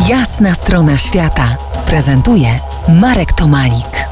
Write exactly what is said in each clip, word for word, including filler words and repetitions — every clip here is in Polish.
Jasna strona świata prezentuje Marek Tomalik.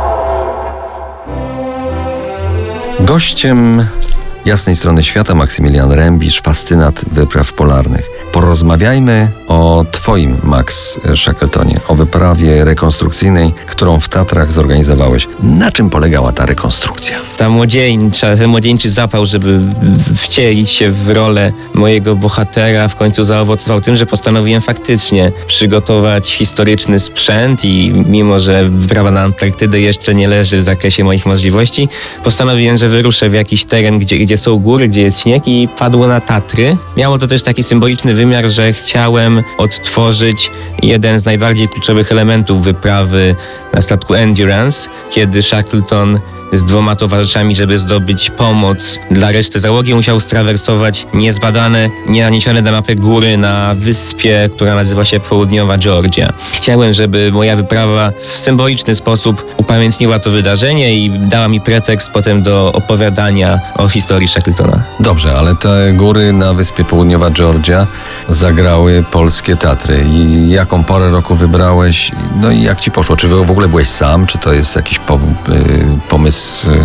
Gościem Jasnej strony świata Maksymilian Rębisz, fascynat wypraw polarnych. Porozmawiajmy o Twoim, Max Shackletonie, o wyprawie rekonstrukcyjnej, którą w Tatrach zorganizowałeś. Na czym polegała ta rekonstrukcja? Ta młodzieńcza, ten młodzieńczy zapał, żeby wcielić się w rolę mojego bohatera, w końcu zaowocował tym, że postanowiłem faktycznie przygotować historyczny sprzęt i mimo, że wyprawa na Antarktydę jeszcze nie leży w zakresie moich możliwości, postanowiłem, że wyruszę w jakiś teren, gdzie, gdzie są góry, gdzie jest śnieg i padło na Tatry. Miało to też taki symboliczny wymiar, że chciałem odtworzyć jeden z najbardziej kluczowych elementów wyprawy na statku Endurance, kiedy Shackleton z dwoma towarzyszami, żeby zdobyć pomoc dla reszty załogi, musiał strawersować niezbadane, nienaniesione na mapę góry na wyspie, która nazywa się Południowa Georgia. Chciałem, żeby moja wyprawa w symboliczny sposób upamiętniła to wydarzenie i dała mi pretekst potem do opowiadania o historii Shackletona. Dobrze, ale te góry na wyspie Południowa Georgia zagrały polskie Tatry. I jaką porę roku wybrałeś? No i jak ci poszło? Czy w ogóle byłeś sam? Czy to jest jakiś po, y, pomysł,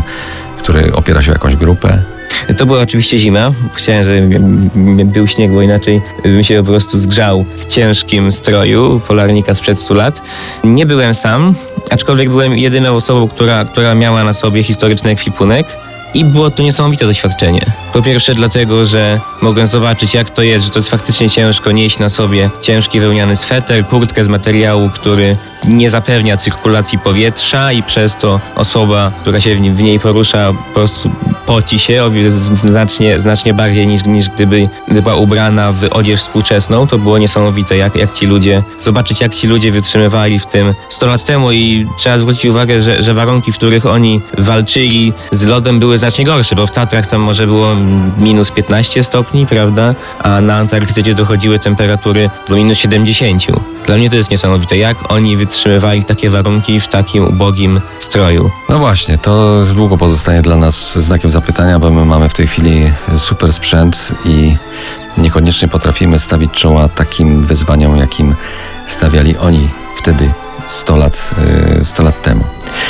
który opiera się o jakąś grupę? To była oczywiście zima. Chciałem, żeby był śnieg, bo inaczej bym się po prostu zgrzał w ciężkim stroju polarnika sprzed stu lat. Nie byłem sam, aczkolwiek byłem jedyną osobą, która, która miała na sobie historyczny ekwipunek. I było to niesamowite doświadczenie. Po pierwsze dlatego, że mogłem zobaczyć, jak to jest, że to jest faktycznie ciężko nieść na sobie ciężki wełniany sweter, kurtkę z materiału, który nie zapewnia cyrkulacji powietrza i przez to osoba, która się w niej porusza, po prostu poci się znacznie, znacznie bardziej niż, niż gdyby była ubrana w odzież współczesną. To było niesamowite, jak, jak ci ludzie, zobaczyć jak ci ludzie wytrzymywali w tym sto lat temu i trzeba zwrócić uwagę, że, że warunki, w których oni walczyli z lodem, były znacznie gorsze, bo w Tatrach tam może było minus piętnaście stopni, prawda? A na Antarktydzie dochodziły temperatury do minus siedemdziesiąt. Dla mnie to jest niesamowite, jak oni wytrzymywali takie warunki w takim ubogim stroju. No właśnie, to długo pozostanie dla nas znakiem zapytania, bo my mamy w tej chwili super sprzęt i niekoniecznie potrafimy stawić czoła takim wyzwaniom, jakim stawiali oni wtedy sto lat, sto lat temu.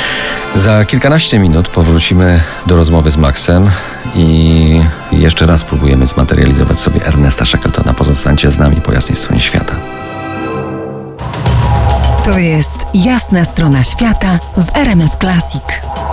Za kilkanaście minut powrócimy do rozmowy z Maxem i jeszcze raz próbujemy zmaterializować sobie Ernesta Shackletona. Pozostańcie z nami po jasnej stronie świata. To jest Jasna strona świata w R M F Classic.